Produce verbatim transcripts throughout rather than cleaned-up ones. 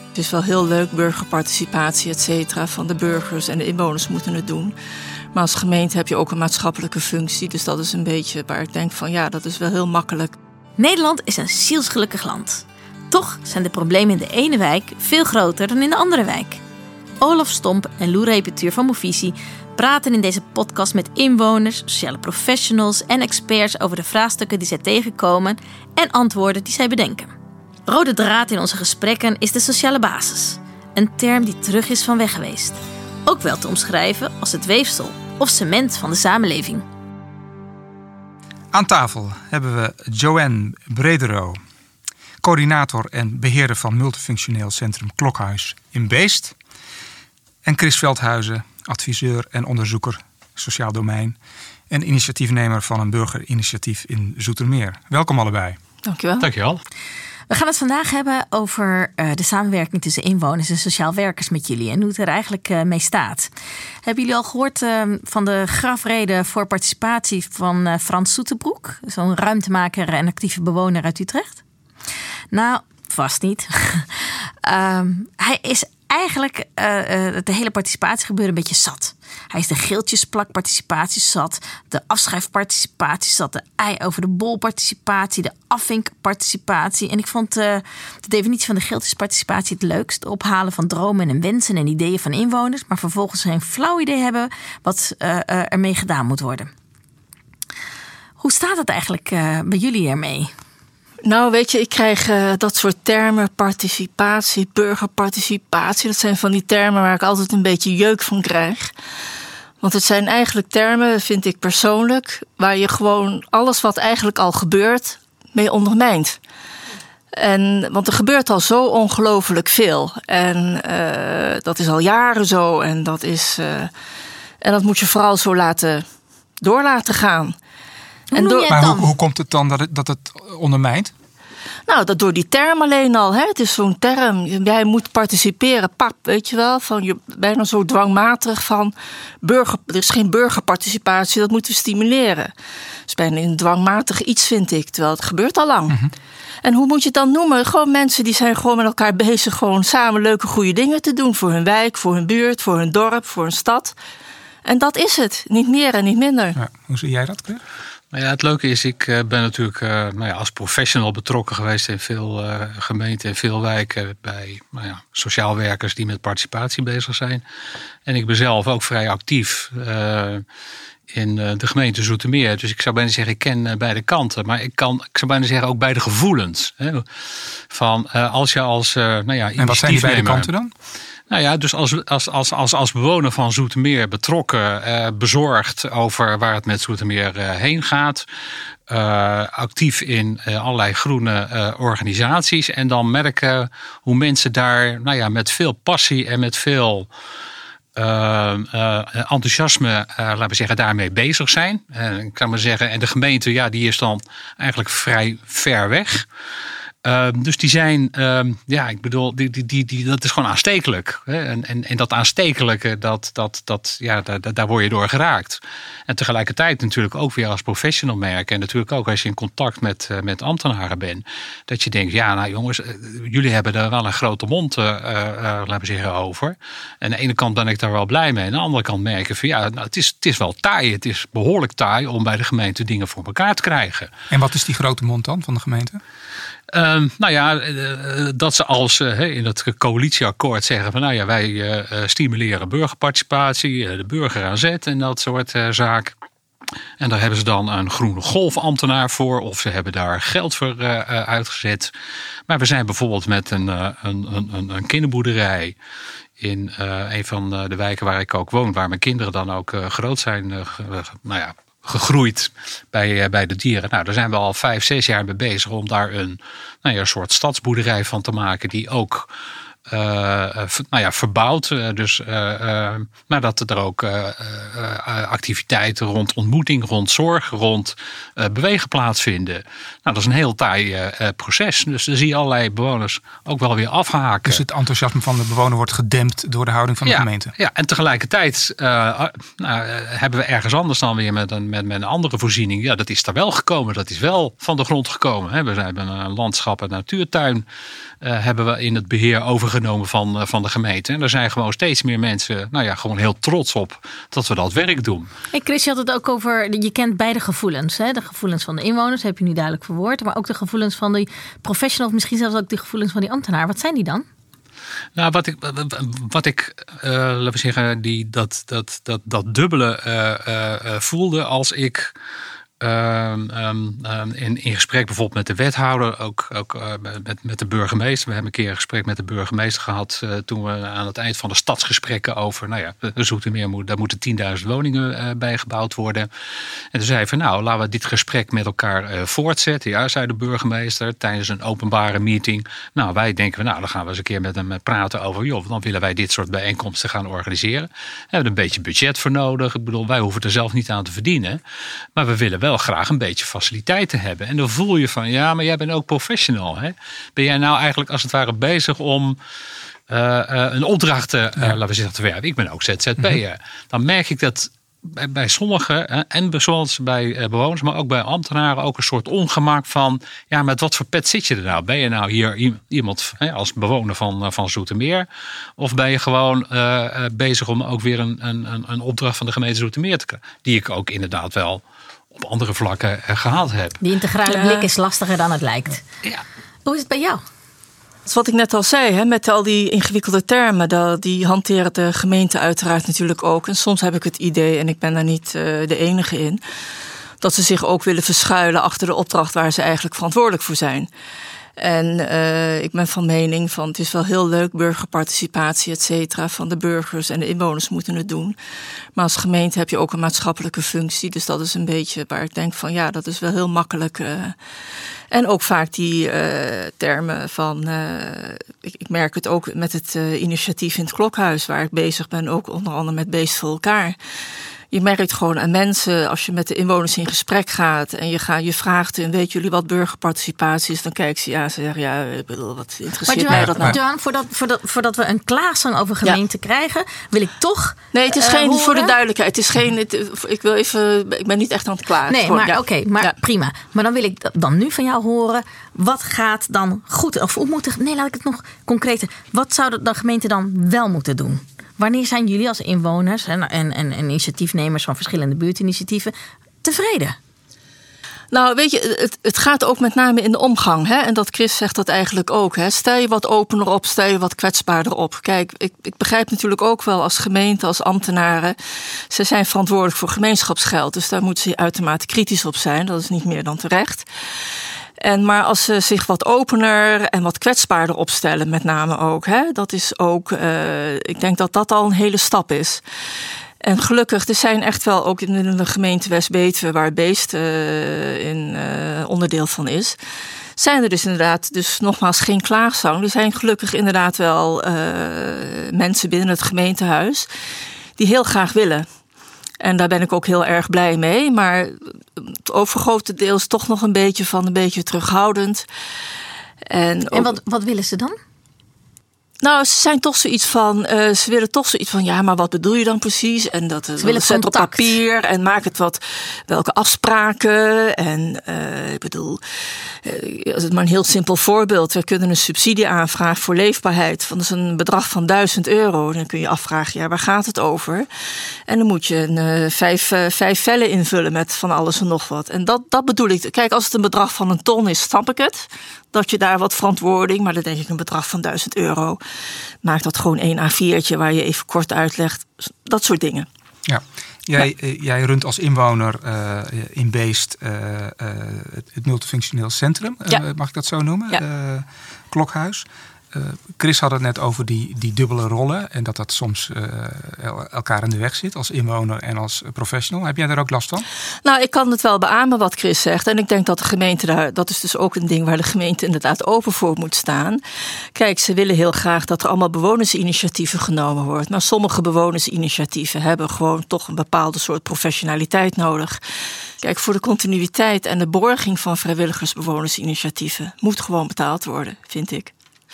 Het is wel heel leuk, burgerparticipatie, et cetera, van de burgers en de inwoners moeten het doen. Maar als gemeente heb je ook een maatschappelijke functie. Dus dat is een beetje waar ik denk van ja, dat is wel heel makkelijk. Nederland is een zielsgelukkig land. Toch zijn de problemen in de ene wijk veel groter dan in de andere wijk. Olaf Stomp en Lou Repetuur van Movisie praten in deze podcast met inwoners, sociale professionals en experts over de vraagstukken die zij tegenkomen en antwoorden die zij bedenken. Rode draad in onze gesprekken is de sociale basis. Een term die terug is van weg geweest. Ook wel te omschrijven als het weefsel of cement van de samenleving. Aan tafel hebben we Joanne Bredero, coördinator en beheerder van multifunctioneel centrum Klokhuis in Beest. En Chris Veldhuizen, adviseur en onderzoeker sociaal domein en initiatiefnemer van een burgerinitiatief in Zoetermeer. Welkom allebei. Dankjewel. Dankjewel. We gaan het vandaag hebben over uh, de samenwerking tussen inwoners en sociaal werkers met jullie en hoe het er eigenlijk uh, mee staat. Hebben jullie al gehoord uh, van de grafrede voor participatie van uh, Frans Soeterbroek, zo'n ruimtemaker en actieve bewoner uit Utrecht? Nou, vast niet. um, hij is eigenlijk uh, uh, de hele participatiegebeuren een beetje zat. Hij is de geeltjesplakparticipatie zat, de afschrijfparticipatie zat, de ei over de bol participatie, de afvinkparticipatie. En ik vond uh, de definitie van de geeltjesparticipatie het leukst. Ophalen van dromen en wensen en ideeën van inwoners, maar vervolgens geen flauw idee hebben wat uh, uh, ermee gedaan moet worden. Hoe staat het eigenlijk uh, bij jullie ermee? Nou, weet je, ik krijg uh, dat soort termen, participatie, burgerparticipatie. Dat zijn van die termen waar ik altijd een beetje jeuk van krijg. Want het zijn eigenlijk termen, vind ik persoonlijk, waar je gewoon alles wat eigenlijk al gebeurt mee ondermijnt. En, want er gebeurt al zo ongelooflijk veel. En uh, dat is al jaren zo. En dat, is, uh, en dat moet je vooral zo laten door laten gaan. En door, maar hoe, hoe komt het dan dat het, dat het ondermijnt? Nou, dat door die term alleen al. Hè? Het is zo'n term. Jij moet participeren, pap, weet je wel. Van je bijna zo dwangmatig van burger. Er is geen burgerparticipatie, dat moeten we stimuleren. Dat is bijna een dwangmatig iets, vind ik. Terwijl het gebeurt al lang. Mm-hmm. En hoe moet je het dan noemen? Gewoon mensen die zijn gewoon met elkaar bezig, gewoon samen leuke, goede dingen te doen voor hun wijk, voor hun buurt, voor hun dorp, voor hun stad. En dat is het. Niet meer en niet minder. Ja, hoe zie jij dat, Chris? Nou ja, het leuke is, ik ben natuurlijk uh, nou ja, als professional betrokken geweest in veel uh, gemeenten en veel wijken bij nou ja, sociaal werkers die met participatie bezig zijn. En ik ben zelf ook vrij actief uh, in uh, de gemeente Zoetermeer. Dus ik zou bijna zeggen, ik ken uh, beide kanten. Maar ik kan, ik zou bijna zeggen, ook beide gevoelens. Hè, van uh, als je als uh, nou ja, en wat zijn die beide kanten dan? Nou ja, dus als, als, als, als, als bewoner van Zoetermeer betrokken, eh, bezorgd over waar het met Zoetermeer eh, heen gaat. Uh, actief in uh, allerlei groene uh, organisaties. En dan merken hoe mensen daar nou ja, met veel passie en met veel uh, uh, enthousiasme, uh, laten we zeggen, daarmee bezig zijn. Uh, ik kan maar zeggen, en de gemeente, ja, die is dan eigenlijk vrij ver weg. Uh, dus die zijn, uh, ja, ik bedoel, die, die, die, die, dat is gewoon aanstekelijk. Hè? En, en, en dat aanstekelijke, dat, dat, dat, ja, daar, daar word je door geraakt. En tegelijkertijd natuurlijk ook weer als professional merken. En natuurlijk ook als je in contact met, uh, met ambtenaren bent. Dat je denkt, ja, nou jongens, uh, jullie hebben er wel een grote mond, uh, uh, laten we zeggen, over. En aan de ene kant ben ik daar wel blij mee. En aan de andere kant merk ik van, ja, nou, het, is, het is wel taai. Het is behoorlijk taai om bij de gemeente dingen voor elkaar te krijgen. En wat is die grote mond dan van de gemeente? Um, nou ja, uh, dat ze als uh, in het coalitieakkoord zeggen van nou ja, wij uh, stimuleren burgerparticipatie, uh, de burger aan zet en dat soort uh, zaken. En daar hebben ze dan een groene golfambtenaar voor of ze hebben daar geld voor uh, uh, uitgezet. Maar we zijn bijvoorbeeld met een, uh, een, een, een kinderboerderij in uh, een van de wijken waar ik ook woon, waar mijn kinderen dan ook uh, groot zijn, uh, nou ja, gegroeid bij, bij de dieren. Nou, daar zijn we al vijf, zes jaar mee bezig om daar een, nou ja, een soort stadsboerderij van te maken die ook uh, nou ja, verbouwd. Dus, uh, uh, maar dat er ook uh, uh, activiteiten rond ontmoeting, rond zorg, rond uh, bewegen plaatsvinden. Nou, dat is een heel taai uh, proces. Dus dan zie je allerlei bewoners ook wel weer afhaken. Dus het enthousiasme van de bewoner wordt gedempt door de houding van de ja, gemeente. Ja, en tegelijkertijd uh, nou, hebben we ergens anders dan weer met een, met, met een andere voorziening. Ja, dat is er wel gekomen. Dat is wel van de grond gekomen. Hè. We hebben een landschap- en natuurtuin uh, hebben we in het beheer overgenomen. aangenomen van, van de gemeente. En er zijn gewoon steeds meer mensen, nou ja, gewoon heel trots op dat we dat werk doen. Hey Chris, je had het ook over, je kent beide gevoelens. Hè? De gevoelens van de inwoners, heb je nu duidelijk verwoord. Maar ook de gevoelens van die professional, of misschien zelfs ook de gevoelens van die ambtenaar. Wat zijn die dan? Nou, wat ik, wat ik uh, laten we zeggen, die, dat, dat, dat, dat dubbele uh, uh, voelde als ik uh, um, um, in, in gesprek bijvoorbeeld met de wethouder, ook, ook uh, met, met de burgemeester. We hebben een keer een gesprek met de burgemeester gehad uh, toen we aan het eind van de stadsgesprekken over, nou ja, Zoetermeer, daar moeten tienduizend woningen uh, bij gebouwd worden. En toen zei van, nou, laten we dit gesprek met elkaar uh, voortzetten. Ja, zei de burgemeester tijdens een openbare meeting. Nou, wij denken, nou, dan gaan we eens een keer met hem praten over, joh, dan willen wij dit soort bijeenkomsten gaan organiseren. We hebben er een beetje budget voor nodig. Ik bedoel, wij hoeven er zelf niet aan te verdienen. Maar we willen wel graag een beetje faciliteiten hebben. En dan voel je van, ja, maar jij bent ook professional. Hè? Ben jij nou eigenlijk als het ware bezig om uh, uh, een opdracht te, uh, ja. laten we zeggen, te werken? Ik ben ook Z Z P'er. Mm-hmm. Dan merk ik dat bij, bij sommigen, hè, en zoals bij uh, bewoners, maar ook bij ambtenaren, ook een soort ongemak van, ja, maar met wat voor pet zit je er nou? Ben je nou hier iemand hè, als bewoner van, van Zoetermeer? Of ben je gewoon uh, uh, bezig om ook weer een, een, een opdracht van de gemeente Zoetermeer te krijgen? Die ik ook inderdaad wel op andere vlakken gehaald heb. Die integrale ja. blik is lastiger dan het lijkt. Ja. Hoe is het bij jou? Dat is wat ik net al zei, hè, met al die ingewikkelde termen. Die hanteren de gemeente uiteraard natuurlijk ook. En soms heb ik het idee, en ik ben daar niet uh, de enige in, dat ze zich ook willen verschuilen achter de opdracht waar ze eigenlijk verantwoordelijk voor zijn. En uh, ik ben van mening van het is wel heel leuk, burgerparticipatie, et cetera, van de burgers en de inwoners moeten het doen. Maar als gemeente heb je ook een maatschappelijke functie. Dus dat is een beetje waar ik denk van ja, dat is wel heel makkelijk. Uh, en ook vaak die uh, termen van, uh, ik, ik merk het ook met het uh, initiatief in het Klokhuis, waar ik bezig ben, ook onder andere met Beest voor elkaar. Je merkt gewoon aan mensen, als je met de inwoners in gesprek gaat en je, gaat, je vraagt en weet jullie wat burgerparticipatie is, dan kijken ze ja, ze zeggen ja, ik bedoel, wat interesseert maar mij dat nou? Johan, voordat, voordat, voordat we een klaagzang over gemeente ja. krijgen, wil ik toch Nee, het is uh, geen, horen. voor de duidelijkheid, het is geen, het, ik wil even, ik ben niet echt aan het klagen. Nee, maar ja. oké, okay, maar ja. prima. Maar dan wil ik dan nu van jou horen, wat gaat dan goed? Of hoe moet de, nee, laat ik het nog concreter. Wat zou de, de gemeente dan wel moeten doen? Wanneer zijn jullie als inwoners en, en, en initiatiefnemers van verschillende buurtinitiatieven tevreden? Nou, weet je, het, het gaat ook met name in de omgang. Hè? En dat Chris zegt dat eigenlijk ook. Hè? Stel je wat opener op, stel je wat kwetsbaarder op. Kijk, ik, ik begrijp natuurlijk ook wel als gemeente, als ambtenaren. Ze zijn verantwoordelijk voor gemeenschapsgeld. Dus daar moeten ze uitermate kritisch op zijn. Dat is niet meer dan terecht. En maar als ze zich wat opener en wat kwetsbaarder opstellen, met name ook. Hè, dat is ook, uh, ik denk dat dat al een hele stap is. En gelukkig, er zijn echt wel ook in de gemeente West-Betuwe, waar Beest uh, in uh, onderdeel van is, zijn er dus inderdaad, dus nogmaals geen klaagzang. Er zijn gelukkig inderdaad wel uh, mensen binnen het gemeentehuis die heel graag willen. En daar ben ik ook heel erg blij mee. Maar het overgrote deel is toch nog een beetje van een beetje terughoudend. En, en wat, wat willen ze dan? Nou, ze zijn toch zoiets van, uh, ze willen toch zoiets van, ja, maar wat bedoel je dan precies? En dat ze willen zet op papier en maak het wat, welke afspraken. En uh, ik bedoel, uh, als het maar een heel simpel voorbeeld. We kunnen een subsidie aanvragen voor leefbaarheid. Van, dat is een bedrag van duizend euro. Dan kun je afvragen, ja, waar gaat het over? En dan moet je een, uh, vijf, uh, vijf vellen invullen met van alles en nog wat. En dat, dat bedoel ik. Kijk, als het een bedrag van een ton is, snap ik het. Dat je daar wat verantwoording, maar dan denk ik een bedrag van duizend euro. Maak dat gewoon één A viertje waar je even kort uitlegt. Dat soort dingen. Ja, jij, ja. jij runt als inwoner uh, in Beest uh, uh, het, het multifunctioneel centrum. Ja. Uh, mag ik dat zo noemen? Ja. Uh, Klokhuis. Uh, Chris had het net over die, die dubbele rollen. En dat dat soms uh, elkaar in de weg zit als inwoner en als professional. Heb jij daar ook last van? Nou, ik kan het wel beamen wat Chris zegt. En ik denk dat de gemeente daar, dat is dus ook een ding waar de gemeente inderdaad open voor moet staan. Kijk, ze willen heel graag dat er allemaal bewonersinitiatieven genomen wordt. Maar sommige bewonersinitiatieven hebben gewoon toch een bepaalde soort professionaliteit nodig. Kijk, voor de continuïteit en de borging van vrijwilligersbewonersinitiatieven moet gewoon betaald worden, vind ik.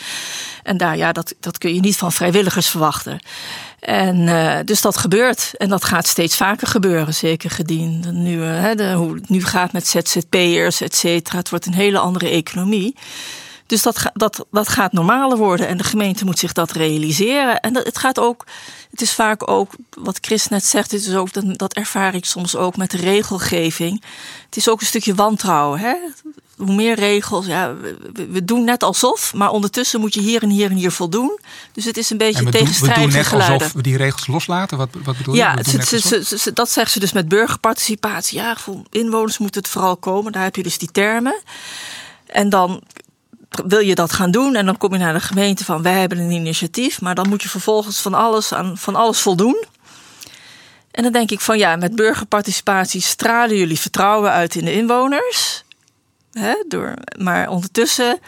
En daar, ja, dat, dat kun je niet van vrijwilligers verwachten. En uh, dus dat gebeurt. En dat gaat steeds vaker gebeuren. Zeker gedien nu, uh, de, hoe het nu gaat met Z Z P'ers, et cetera. Het wordt een hele andere economie. Dus dat, ga, dat, dat gaat normaler worden en de gemeente moet zich dat realiseren. En dat, het gaat ook, het is vaak ook, wat Chris net zegt, het is ook, dat, dat ervaar ik soms ook met de regelgeving. Het is ook een stukje wantrouwen. Hè? Hoe meer regels, ja, we, we doen net alsof, maar ondertussen moet je hier en hier en hier voldoen. Dus het is een beetje we tegenstrijdige doen, we doen net geluiden. Alsof we die regels loslaten? Wat, wat bedoel je? Ja, We doen het, ze, ze, ze, dat zeggen ze dus met burgerparticipatie. Ja, voor inwoners moet het vooral komen. Daar heb je dus die termen. En dan wil je dat gaan doen en dan kom je naar de gemeente van wij hebben een initiatief, maar dan moet je vervolgens van alles aan van alles voldoen. En dan denk ik van ja, met burgerparticipatie stralen jullie vertrouwen uit in de inwoners. Hè, door, maar ondertussen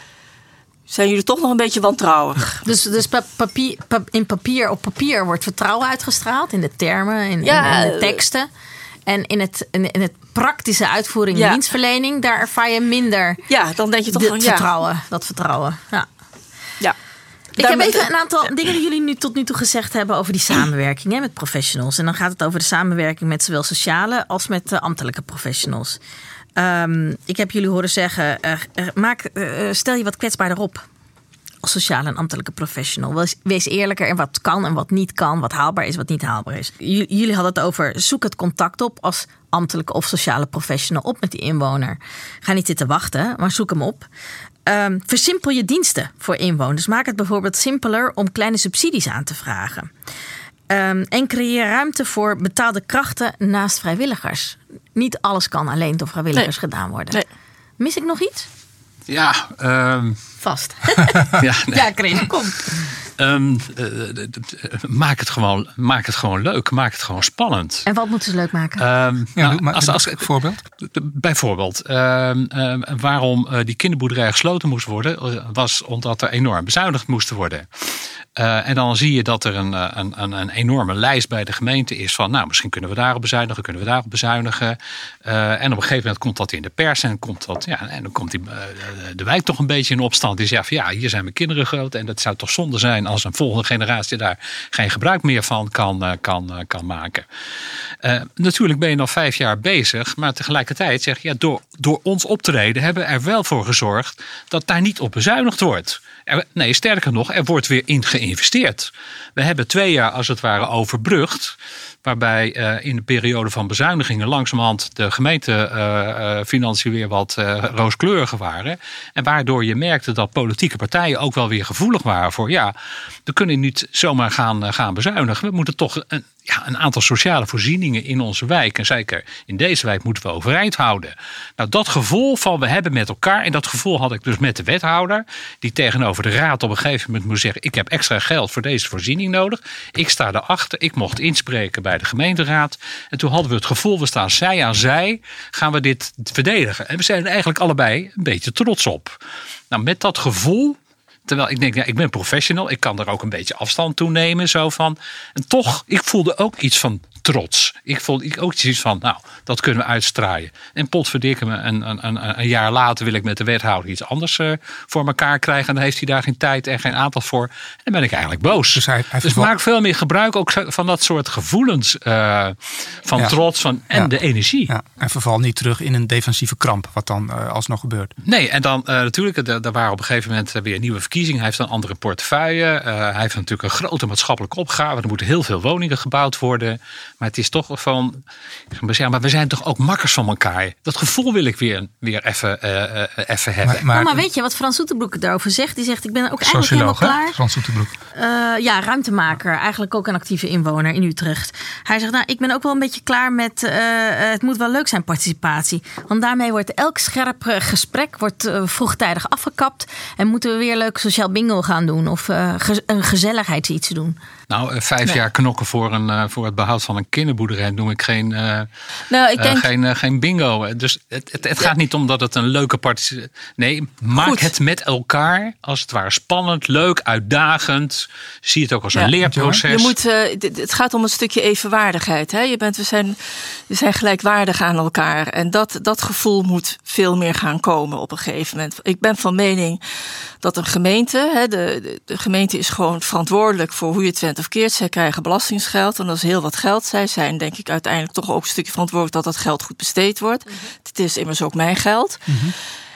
zijn jullie toch nog een beetje wantrouwig. Dus, dus papier, in papier, op papier wordt vertrouwen uitgestraald in de termen, in, ja, in de teksten. En in het, in, in het praktische uitvoering en ja. dienstverlening, daar ervaar je minder ja, dan denk je toch van, vertrouwen. Ja. Dat vertrouwen. Ja. Ja. Ik heb even een aantal dingen die jullie nu tot nu toe gezegd hebben over die samenwerking hè, met professionals. En dan gaat het over de samenwerking met zowel sociale als met uh, ambtelijke professionals. Um, ik heb jullie horen zeggen, uh, uh, maak, uh, stel je wat kwetsbaarder op als sociale en ambtelijke professional. Wees, wees eerlijker in wat kan en wat niet kan, wat haalbaar is, wat niet haalbaar is. J- jullie hadden het over, zoek het contact op als ambtelijke of sociale professional op met die inwoner. Ga niet zitten wachten, maar zoek hem op. Um, versimpel je diensten voor inwoners. Maak het bijvoorbeeld simpeler om kleine subsidies aan te vragen. Um, en creëer ruimte voor betaalde krachten naast vrijwilligers. Niet alles kan alleen door vrijwilligers nee. gedaan worden. Nee. Mis ik nog iets? Ja. Um... Vast. ja, nee. ja, Chris, kom. Um, uh, uh, maak, het gewoon, maak het gewoon leuk. Maak het gewoon spannend. En wat moeten ze leuk maken? Um, ja, nou, maar, als, als, voorbeeld? Bijvoorbeeld. Um, um, waarom uh, die kinderboerderij gesloten moest worden, was omdat er enorm bezuinigd moest worden. Uh, en dan zie je dat er een, een, een, een enorme lijst bij de gemeente is van, nou, misschien kunnen we daarop bezuinigen, kunnen we daarop bezuinigen. Uh, en op een gegeven moment komt dat in de pers en, komt dat, ja, en dan komt die, uh, de wijk toch een beetje in opstand. Die zegt van, ja, hier zijn mijn kinderen groot en dat zou toch zonde zijn als een volgende generatie daar geen gebruik meer van kan, uh, kan, uh, kan maken. Uh, natuurlijk ben je nog vijf jaar bezig, maar tegelijkertijd zeg je, ja, door, door ons optreden hebben we er wel voor gezorgd dat daar niet op bezuinigd wordt. Er, nee, sterker nog, er wordt weer in geïnvesteerd. We hebben twee jaar als het ware overbrugd, waarbij uh, in de periode van bezuinigingen langzamerhand de gemeentefinanciën uh, uh, weer wat uh, rooskleuriger waren. En waardoor je merkte dat politieke partijen ook wel weer gevoelig waren voor, ja, we kunnen niet zomaar gaan, uh, gaan bezuinigen. We moeten toch een, ja, een aantal sociale voorzieningen in onze wijk, en zeker in deze wijk, moeten we overeind houden. Nou, dat gevoel van we hebben met elkaar, en dat gevoel had ik dus met de wethouder, die tegenover de raad op een gegeven moment moest zeggen, ik heb extra geld voor deze voorziening nodig. Ik sta erachter, ik mocht inspreken bij de gemeenteraad. En toen hadden we het gevoel, we staan zij aan zij, gaan we dit verdedigen. En we zijn er eigenlijk allebei een beetje trots op. Nou, met dat gevoel, terwijl ik denk, ja, ik ben professional, ik kan er ook een beetje afstand toe nemen. Zo van, en toch, ik voelde ook iets van trots. Ik voelde ook iets van, nou, dat kunnen we uitstraaien. En potverdikke me, een, een, een, een jaar later wil ik met de wethouder iets anders uh, voor elkaar krijgen. En dan heeft hij daar geen tijd en geen aantal voor. En dan ben ik eigenlijk boos. Dus, hij, hij dus maak veel meer gebruik ook van dat soort gevoelens uh, van ja. trots van, en ja. de energie. Ja. En verval niet terug in een defensieve kramp, wat dan uh, alsnog gebeurt. Nee, en dan uh, natuurlijk, er waren op een gegeven moment weer nieuwe verkiezingen. Hij heeft een andere portefeuille. Uh, hij heeft natuurlijk een grote maatschappelijke opgave. Er moeten heel veel woningen gebouwd worden. Maar het is toch van, ja, maar we zijn toch ook makkers van elkaar. Dat gevoel wil ik weer, weer even, uh, even hebben. Maar, maar, oh, maar weet je wat Frans Soeterbroek daarover zegt? Die zegt, ik ben ook eigenlijk helemaal klaar. Hè? Frans Soeterbroek. Uh, ja, ruimtemaker. Eigenlijk ook een actieve inwoner in Utrecht. Hij zegt, nou, ik ben ook wel een beetje klaar met, uh, het moet wel leuk zijn participatie. Want daarmee wordt elk scherp gesprek wordt, uh, vroegtijdig afgekapt. En moeten we weer leuk sociaal bingo gaan doen. Of uh, ge- een gezelligheidsiets doen. Nou, vijf nee. jaar knokken voor, een, uh, voor het behoud van een kinderboerderij noem ik geen, uh, nou, ik denk... uh, geen, uh, geen bingo. Dus het, het, het gaat niet om dat het een leuke partij is. Nee, maak Goed. het met elkaar als het ware spannend, leuk, uitdagend. Zie het ook als ja. een leerproces. Je moet, uh, het gaat om een stukje evenwaardigheid. Hè? Je bent, we, zijn, we zijn gelijkwaardig aan elkaar. En dat, dat gevoel moet veel meer gaan komen op een gegeven moment. Ik ben van mening dat een gemeente, hè, de, de, de gemeente is gewoon verantwoordelijk voor hoe je het went of keert. Zij krijgen belastingsgeld en dat is heel wat geld. Zij zijn denk ik uiteindelijk toch ook een stukje verantwoordelijk dat dat geld goed besteed wordt. Mm-hmm. Het is immers ook mijn geld. Mm-hmm.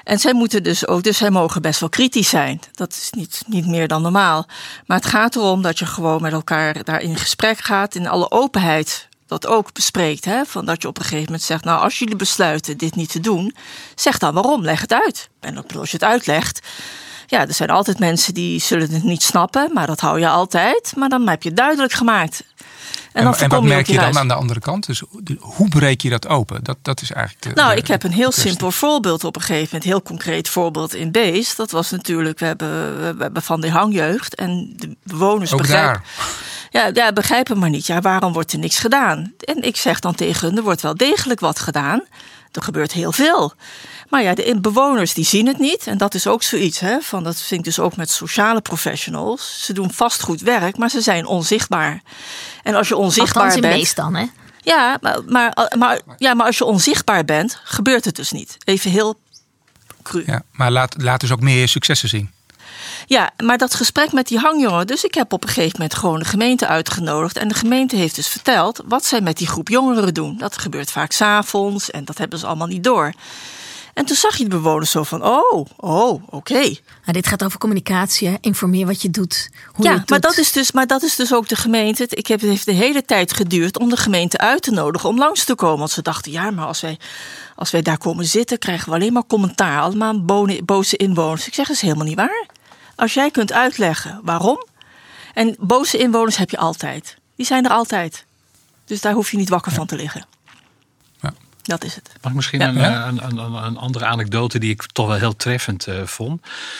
En zij moeten dus ook, dus zij mogen best wel kritisch zijn. Dat is niet, niet meer dan normaal. Maar het gaat erom dat je gewoon met elkaar daar in gesprek gaat, in alle openheid dat ook bespreekt. Hè? Van dat je op een gegeven moment zegt, nou, als jullie besluiten dit niet te doen, zeg dan waarom, leg het uit. En als je het uitlegt, ja, er zijn altijd mensen die zullen het niet snappen, maar dat hou je altijd. Maar dan heb je het duidelijk gemaakt. En, en, en wat merk je, je dan aan de andere kant? Dus hoe breek je dat open? Dat, dat is eigenlijk de, nou, de, ik heb een heel kwestie. simpel voorbeeld op een gegeven moment. Heel concreet voorbeeld in Beest. Dat was natuurlijk, we hebben, we hebben van die hangjeugd. En de bewoners ook begrijpen, daar. ja, ja, begrijpen maar niet. Ja, waarom wordt er niks gedaan? En ik zeg dan tegen hun, er wordt wel degelijk wat gedaan. Er gebeurt heel veel. Maar ja, de bewoners die zien het niet. En dat is ook zoiets. Hè, van, dat vind ik dus ook met sociale professionals. Ze doen vast goed werk, maar ze zijn onzichtbaar. En als je onzichtbaar Althans in bent. Beest dan, hè? Ja maar, maar, maar, ja, maar als je onzichtbaar bent, gebeurt het dus niet. Even heel cru. Ja, maar laat, laat dus ook meer successen zien. Ja, maar dat gesprek met die hangjongen. Dus ik heb op een gegeven moment gewoon de gemeente uitgenodigd. En de gemeente heeft dus verteld wat zij met die groep jongeren doen. Dat gebeurt vaak 's avonds en dat hebben ze allemaal niet door. En toen zag je de bewoners zo van, oh, oh, oké. Okay. Nou, dit gaat over communicatie, hè? Informeer wat je doet, hoe ja, je het maar doet. dat is dus, maar dat is dus ook de gemeente. Ik heb, het heeft de hele tijd geduurd om de gemeente uit te nodigen om langs te komen. Want ze dachten, ja, maar als wij, als wij daar komen zitten, krijgen we alleen maar commentaar. Allemaal boze inwoners. Ik zeg, dat is helemaal niet waar. Als jij kunt uitleggen waarom. En boze inwoners heb je altijd. Die zijn er altijd. Dus daar hoef je niet wakker ja. van te liggen. Ja. Dat is het. Mag ik misschien ja. een, ja. een, een, een, een andere anekdote die ik toch wel heel treffend uh, vond.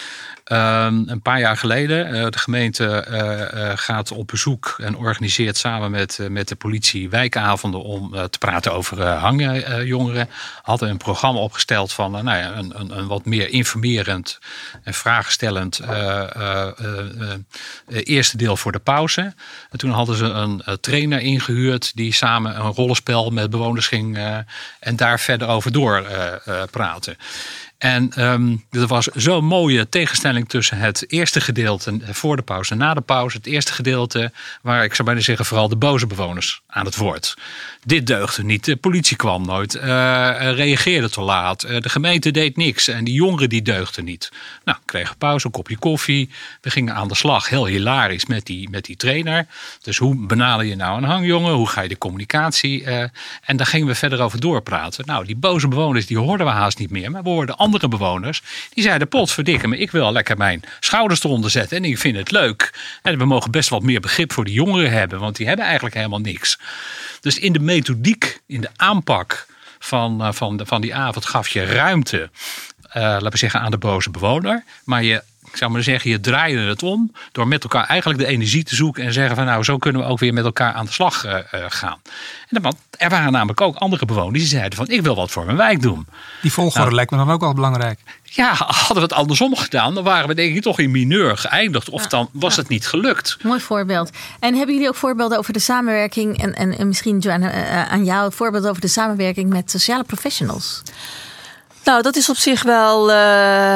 Um, een paar jaar geleden, uh, de gemeente uh, uh, gaat op bezoek en organiseert samen met, uh, met de politie wijkavonden om uh, te praten over uh, hangjongeren. Hadden een programma opgesteld van uh, nou ja, een, een, een wat meer informerend en vraagstellend uh, uh, uh, uh, eerste deel voor de pauze. En toen hadden ze een uh, trainer ingehuurd die samen een rollenspel met bewoners ging uh, en daar verder over door uh, uh, praten. En um, er was zo'n mooie tegenstelling tussen het eerste gedeelte voor de pauze en na de pauze. Het eerste gedeelte waar, ik zou bijna zeggen, vooral de boze bewoners aan het woord. Dit deugde niet. De politie kwam nooit. Uh, reageerde te laat. Uh, de gemeente deed niks. En die jongeren die deugden niet. Nou, kregen pauze, een kopje koffie. We gingen aan de slag. Heel hilarisch met die, met die trainer. Dus hoe benader je nou een hangjongen? Hoe ga je de communicatie? Uh, en daar gingen we verder over doorpraten. Nou, die boze bewoners die hoorden we haast niet meer. Maar we hoorden andere bewoners. Die zeiden, potverdikke me, ik wil lekker mijn schouders eronder zetten. En ik vind het leuk. En we mogen best wat meer begrip voor die jongeren hebben. Want die hebben eigenlijk helemaal niks. Dus in de methodiek, in de aanpak van, uh, van, de, van die avond gaf je ruimte, uh, laten we zeggen, aan de boze bewoner. Maar je, ik zou maar zeggen, je draaide het om door met elkaar eigenlijk de energie te zoeken en zeggen van nou, zo kunnen we ook weer met elkaar aan de slag uh, uh, gaan. En dan, er waren namelijk ook andere bewoners die zeiden van ik wil wat voor mijn wijk doen. Die volgorde nou, lijkt me dan ook wel belangrijk. Ja, hadden we het andersom gedaan, dan waren we denk ik toch in mineur geëindigd. Of dan was het niet gelukt. Mooi voorbeeld. En hebben jullie ook voorbeelden over de samenwerking? En, en, en misschien, Joanne, uh, aan jou voorbeelden over de samenwerking met sociale professionals? Nou, dat is op zich wel, uh,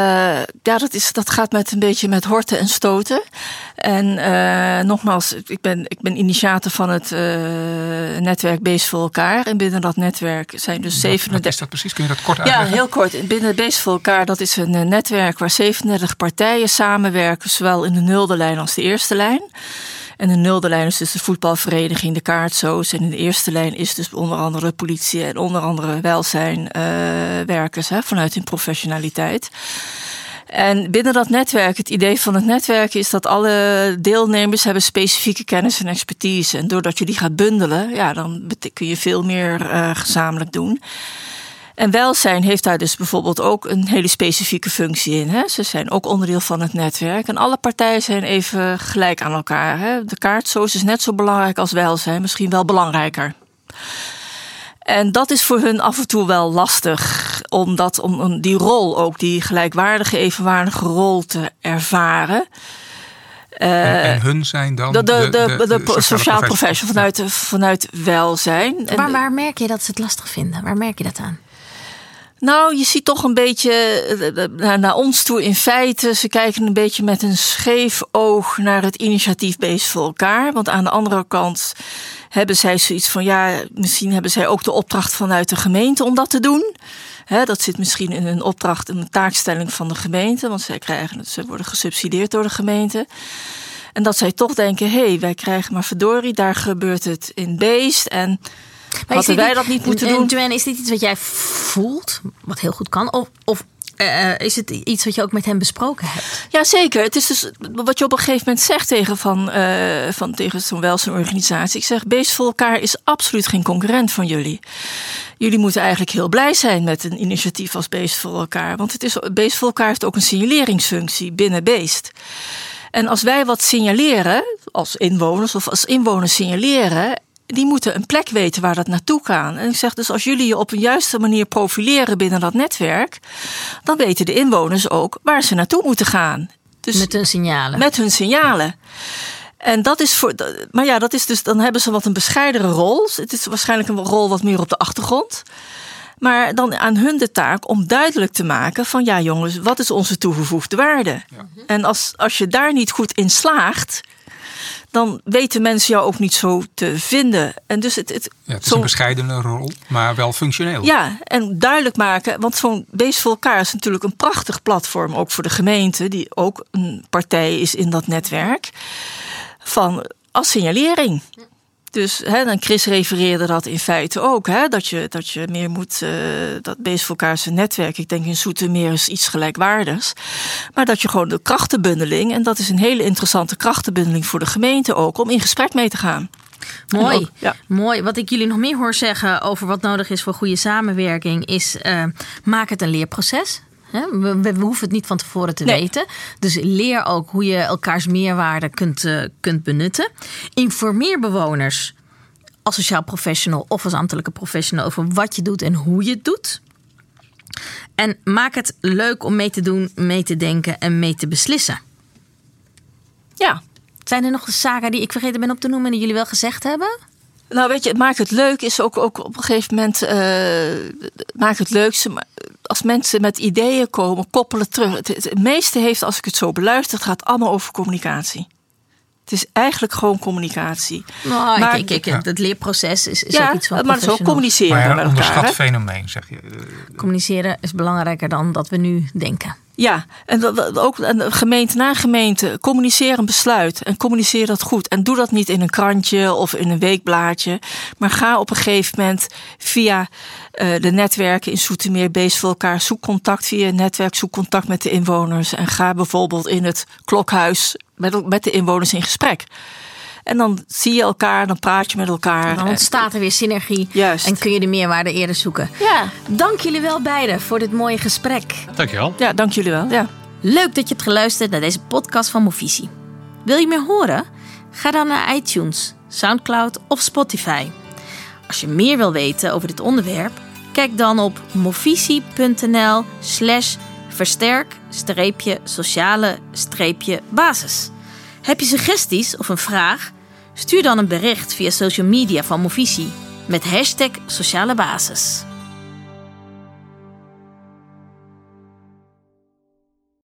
ja, dat, is, dat gaat met een beetje met horten en stoten. En uh, nogmaals, ik ben, ik ben initiator van het uh, netwerk Beest voor elkaar. En binnen dat netwerk zijn dus zevenendertig... Wat is dat precies? Kun je dat kort uitleggen? Ja, heel kort. Binnen Beest voor elkaar, dat is een uh, netwerk waar zevenendertig partijen samenwerken, zowel in de nulde lijn als de eerste lijn. En de nulde lijn is dus de voetbalvereniging, de kaartsoos. En in de eerste lijn is dus onder andere politie en onder andere welzijnwerkers uh, vanuit hun professionaliteit. En binnen dat netwerk, het idee van het netwerk is dat alle deelnemers hebben specifieke kennis en expertise. En doordat je die gaat bundelen, ja, dan kun je veel meer uh, gezamenlijk doen. En welzijn heeft daar dus bijvoorbeeld ook een hele specifieke functie in. Hè? Ze zijn ook onderdeel van het netwerk. En alle partijen zijn even gelijk aan elkaar. Hè? De kaartsoos is net zo belangrijk als welzijn. Misschien wel belangrijker. En dat is voor hun af en toe wel lastig. Omdat, om die rol ook, die gelijkwaardige, evenwaardige rol te ervaren. Uh, en, en hun zijn dan de, de, de, de, de, de sociaal, sociaal professional vanuit, ja. vanuit welzijn. Maar en, waar merk je dat ze het lastig vinden? Waar merk je dat aan? Nou, je ziet toch een beetje naar, naar ons toe in feite. Ze kijken een beetje met een scheef oog naar het initiatief Beest voor elkaar. Want aan de andere kant hebben zij zoiets van, ja, misschien hebben zij ook de opdracht vanuit de gemeente om dat te doen. Hè, dat zit misschien in een opdracht, een taakstelling van de gemeente. Want zij krijgen het, ze worden gesubsidieerd door de gemeente. En dat zij toch denken, hé, hey, wij krijgen maar verdorie, daar gebeurt het in Beest. En maar hadden wij dat niet moeten en, doen? Joanne, is dit iets wat jij voelt, wat heel goed kan? Of, of uh, is het iets wat je ook met hem besproken hebt? Ja, zeker. Het is dus wat je op een gegeven moment zegt tegen, van, uh, van, tegen zo'n welzijnorganisatie. Ik zeg, Beest voor elkaar is absoluut geen concurrent van jullie. Jullie moeten eigenlijk heel blij zijn met een initiatief als Beest voor elkaar. Want het is, Beest voor elkaar heeft ook een signaleringsfunctie binnen Beest. En als wij wat signaleren, als inwoners of als inwoners signaleren, die moeten een plek weten waar dat naartoe kan. En ik zeg dus, als jullie je op een juiste manier profileren binnen dat netwerk, dan weten de inwoners ook waar ze naartoe moeten gaan. Dus met hun signalen. Met hun signalen. En dat is voor, maar ja, dat is dus, dan hebben ze wat een bescheidere rol. Het is waarschijnlijk een rol wat meer op de achtergrond. Maar dan aan hun de taak om duidelijk te maken van, ja jongens, wat is onze toegevoegde waarde? Ja. En als, als je daar niet goed in slaagt, dan weten mensen jou ook niet zo te vinden. En dus het, het, ja, het is zo, een bescheidene rol, maar wel functioneel. Ja, en duidelijk maken, want zo'n Beest voor elkaar is natuurlijk een prachtig platform, ook voor de gemeente, die ook een partij is in dat netwerk, van als signalering. Dus hè, dan Chris refereerde dat in feite ook. Hè, dat, je, dat je meer moet, uh, dat Beest voor elkaar zijn netwerk. Ik denk in Zoetermeer is iets gelijkwaardigs. Maar dat je gewoon de krachtenbundeling. En dat is een hele interessante krachtenbundeling voor de gemeente ook. Om in gesprek mee te gaan. Mooi, ook, ja. mooi. Wat ik jullie nog meer hoor zeggen over wat nodig is voor goede samenwerking. Is uh, maak het een leerproces. We, we, we hoeven het niet van tevoren te nee. weten. Dus leer ook hoe je elkaars meerwaarde kunt, uh, kunt benutten. Informeer bewoners als sociaal professional of als ambtelijke professional over wat je doet en hoe je het doet. En maak het leuk om mee te doen, mee te denken en mee te beslissen. Ja. Zijn er nog zaken die ik vergeten ben op te noemen en die jullie wel gezegd hebben? Nou weet je, het maakt het leuk is ook, ook op een gegeven moment uh, maakt het leukste als mensen met ideeën komen, koppelen terug. Het, het, het meeste heeft, als ik het zo beluister, het gaat allemaal over communicatie. Het is eigenlijk gewoon communicatie. Nou, maar, kijk, kijk, het leerproces is, is ja, ook iets van maar het is ook communiceren maar ja, met elkaar. Een onderschat fenomeen, zeg je. Communiceren is belangrijker dan dat we nu denken. Ja, en dat, ook en gemeente na gemeente, communiceer een besluit en communiceer dat goed. En doe dat niet in een krantje of in een weekblaadje, maar ga op een gegeven moment via uh, de netwerken in Zoetermeer, Beest voor elkaar, zoek contact via het netwerk, zoek contact met de inwoners en ga bijvoorbeeld in het klokhuis met, met de inwoners in gesprek. En dan zie je elkaar, dan praat je met elkaar. En dan ontstaat er weer synergie. Juist. En kun je de meerwaarde eerder zoeken. Ja. Dank jullie wel beiden voor dit mooie gesprek. Dankjewel. Ja, dank jullie wel. Ja. Leuk dat je hebt geluisterd naar deze podcast van Movisie. Wil je meer horen? Ga dan naar iTunes, Soundcloud of Spotify. Als je meer wil weten over dit onderwerp, kijk dan op movisie.nl slash versterk streepje sociale streepje basis. Heb je suggesties of een vraag? Stuur dan een bericht via social media van Movisie met hashtag sociale basis.